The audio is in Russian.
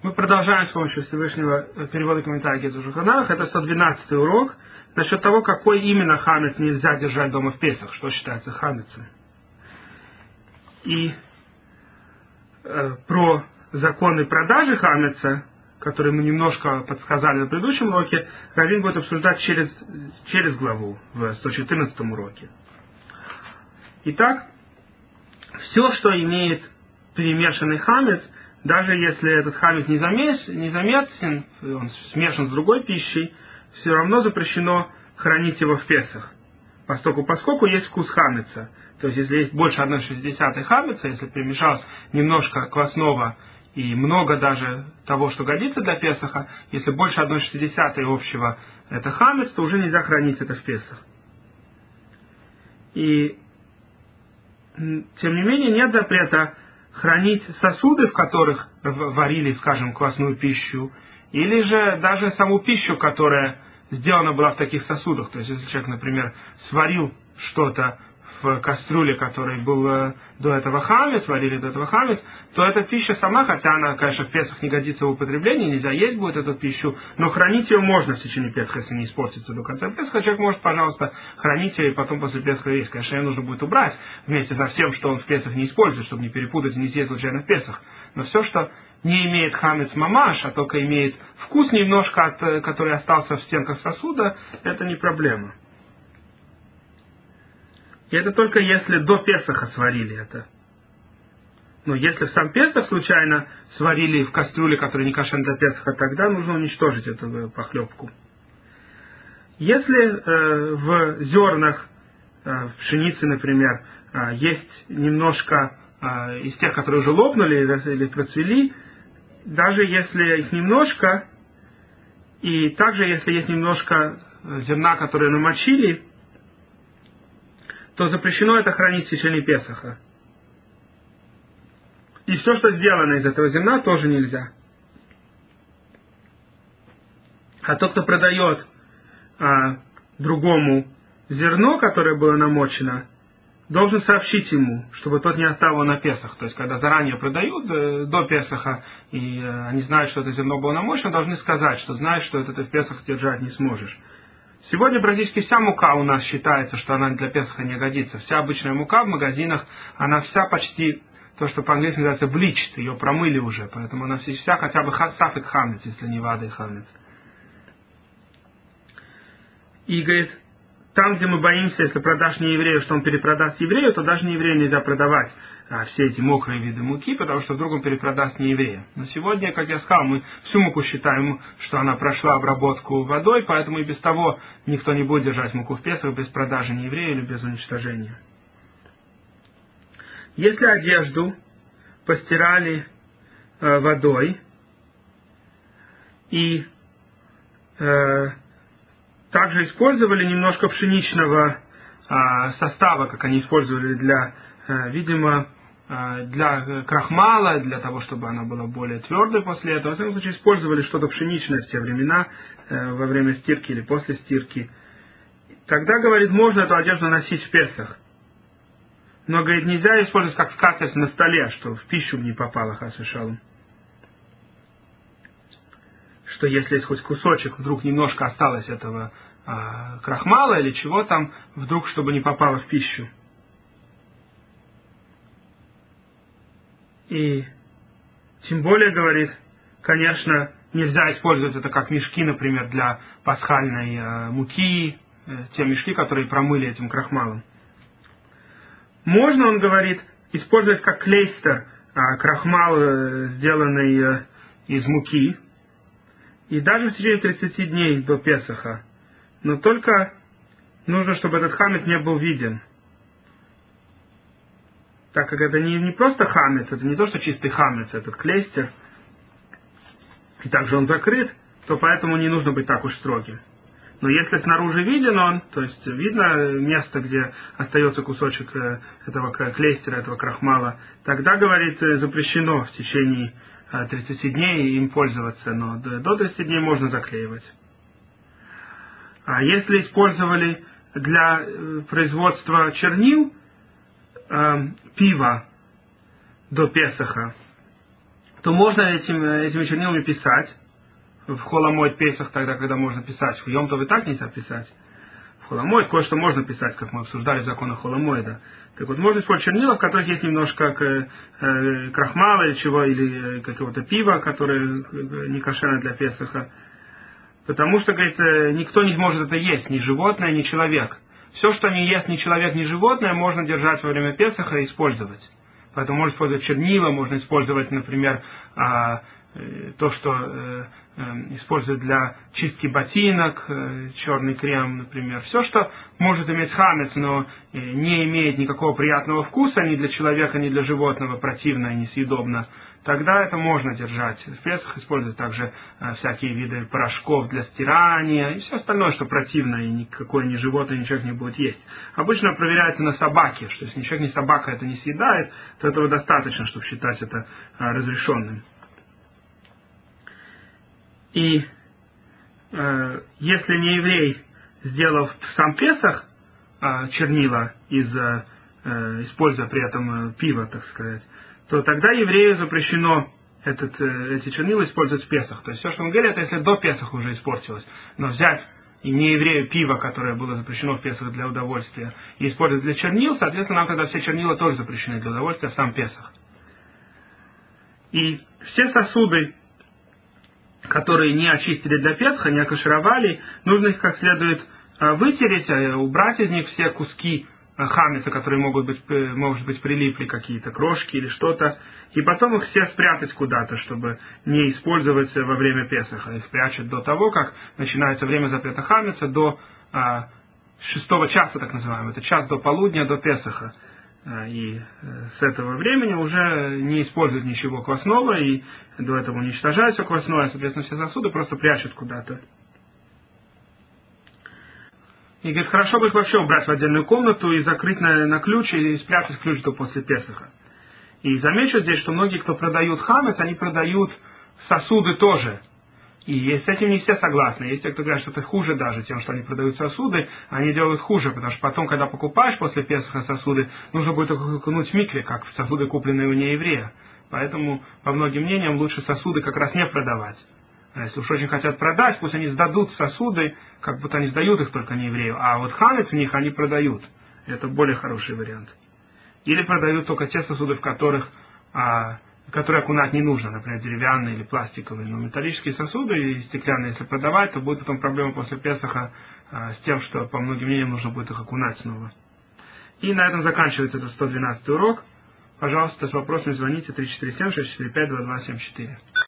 Мы продолжаем с помощью Всевышнего перевода комментариев Гезу Шулхан Арух. Это 112 урок насчет того, какой именно хамец нельзя держать дома в Песах, что считается хамецем. И про законы продажи хамеца, которые мы немножко подсказали на предыдущем уроке, Равин будет обсуждать через главу в 114 уроке. Итак, все, что имеет перемешанный хамец, даже если этот хамец незаметен, он смешан с другой пищей, все равно запрещено хранить его в Песах, поскольку есть вкус хамеца. То есть, если есть больше 1/60 хамеца, если перемешалось немножко квасного и много даже того, что годится для Песаха, если больше 1/60 общего это хамец, то уже нельзя хранить это в Песах. И тем не менее нет запрета хранить сосуды, в которых варили, скажем, квасную пищу, или же даже саму пищу, которая сделана была в таких сосудах. То есть, если человек, например, сварил что-то в кастрюле, которой был до этого хамец, варили до этого хамец, то эта пища сама, хотя она, конечно, в Песах не годится в употреблении, нельзя есть будет эту пищу, но хранить ее можно в течение Песха, если не испортится до конца Песха. Человек может, пожалуйста, хранить ее и потом после Песха есть. Конечно, ее нужно будет убрать вместе со всем, что он в Песах не использует, чтобы не перепутать и не съесть случайно в Песах. Но все, что не имеет хамец мамаш, а только имеет вкус немножко, который остался в стенках сосуда, это не проблема. И это только если до Песаха сварили это. Но если в сам Песах случайно сварили в кастрюле, которая не кошерна для Песаха, тогда нужно уничтожить эту похлебку. Если в зернах пшеницы, например, есть немножко из тех, которые уже лопнули или процвели, даже если их немножко, и также если есть немножко зерна, которые намочили, то запрещено это хранить в течение Песаха. И все, что сделано из этого зерна, тоже нельзя. А тот, кто продает другому зерно, которое было намочено, должен сообщить ему, чтобы тот не оставил на Песах. То есть, когда заранее продают до Песаха, и они знают, что это зерно было намочено, должны сказать, что знаешь, что это ты в Песах держать не сможешь. Сегодня практически вся мука у нас считается, что она для Песаха не годится. Вся обычная мука в магазинах, она вся почти, то, что по-английски называется bleached, ее промыли уже, поэтому она вся хотя бы сафек хамец, если не вада и хамец. И говорит, там, где мы боимся, если продашь не еврею, что он перепродаст еврею, то даже не еврею нельзя продавать все эти мокрые виды муки, потому что вдруг он перепродаст не еврею. Но сегодня, как я сказал, мы всю муку считаем, что она прошла обработку водой, поэтому и без того никто не будет держать муку в Песах без продажи не еврею или без уничтожения. Если одежду постирали водой и также использовали немножко пшеничного состава, как они использовали для, видимо, для крахмала, для того, чтобы она была более твердой после этого. В всяком случае, использовали что-то пшеничное в те времена, во время стирки или после стирки. Тогда, говорит, можно эту одежду носить в Песах. Но, говорит, нельзя использовать как скатерть на столе, что в пищу не попало, хас вешалом. Что если есть хоть кусочек, вдруг немножко осталось этого крахмала или чего там, вдруг, чтобы не попало в пищу. И тем более, говорит, конечно, нельзя использовать это как мешки, например, для пасхальной муки, те мешки, которые промыли этим крахмалом. Можно, он говорит, использовать как клейстер крахмал, сделанный из муки, и даже в течение 30 дней до Песаха. Но только нужно, чтобы этот хамец не был виден. Так как это не просто хамец, это не то, что чистый хамец, этот клейстер, и также он закрыт, то поэтому не нужно быть так уж строгим. Но если снаружи виден он, то есть видно место, где остается кусочек этого клейстера, этого крахмала, тогда, говорит, запрещено в течение 30 дней им пользоваться, но до 30 дней можно заклеивать. А если использовали для производства чернил пива до Песаха, то можно этими чернилами писать. В Холомойд Песах тогда, когда можно писать. В Йом-Тов и так нельзя писать. В Холомойд кое-что можно писать, как мы обсуждали в законах Холомойда. Так вот, можно использовать чернила, в которых есть немножко крахмала или чего, или какого-то пива, которое не кошерно для Песаха. Потому что, говорит, никто не может это есть, ни животное, ни человек. Все, что не ест ни человек, ни животное, можно держать во время Песаха и использовать. Поэтому можно использовать чернила, можно использовать, например, то, что используют для чистки ботинок, черный крем, например. Все, что может иметь хамец, но не имеет никакого приятного вкуса ни для человека, ни для животного, противно и несъедобно, тогда это можно держать. В Песах используют также всякие виды порошков для стирания и все остальное, что противно, и никакое ни животное, ни человек не будет есть. Обычно проверяется на собаке, что если ни человек, ни собака это не съедает, то этого достаточно, чтобы считать это разрешенным. И если не еврей, сделав сам Песах чернила, используя при этом пиво, так сказать, то тогда еврею запрещено эти чернила использовать в Песах. То есть все, что мы говорили, это если до Песаха уже испортилось. Но взять и не еврею пиво, которое было запрещено в Песах для удовольствия, и использовать для чернил, соответственно, нам тогда все чернила тоже запрещены для удовольствия в сам Песах. И все сосуды, которые не очистили для Песха, не окашировали, нужно их как следует вытереть, убрать из них все куски хамеца, которые может быть прилипли, какие-то крошки или что-то, и потом их все спрятать куда-то, чтобы не использовать во время Песаха. Их прячут до того, как начинается время запрета хамеца, до 6 часа, так называемый, это час до полудня, до Песаха. И с этого времени уже не используют ничего квасного, и до этого уничтожают все квасное, соответственно, все сосуды просто прячут куда-то. И говорит, хорошо бы их вообще убрать в отдельную комнату и закрыть на ключ, и спрятать ключ до после Песаха. И замечу здесь, что многие, кто продают хамец, они продают сосуды тоже. И с этим не все согласны. Есть те, кто говорят, что это хуже даже тем, что они продают сосуды, они делают хуже, потому что потом, когда покупаешь после Песаха сосуды, нужно будет окунуть в микве, как в сосуды, купленные у нееврея. Поэтому, по многим мнениям, лучше сосуды как раз не продавать. А если уж очень хотят продать, пусть они сдадут сосуды, как будто они сдают их только нееврею, а вот хамец в них они продают. Это более хороший вариант. Или продают только те сосуды, в которые окунать не нужно, например, деревянные или пластиковые, но металлические сосуды и стеклянные, если продавать, то будет потом проблема после Песаха с тем, что, по многим мнениям, нужно будет их окунать снова. И на этом заканчивается этот 112 урок. Пожалуйста, с вопросами звоните 347-645-2274.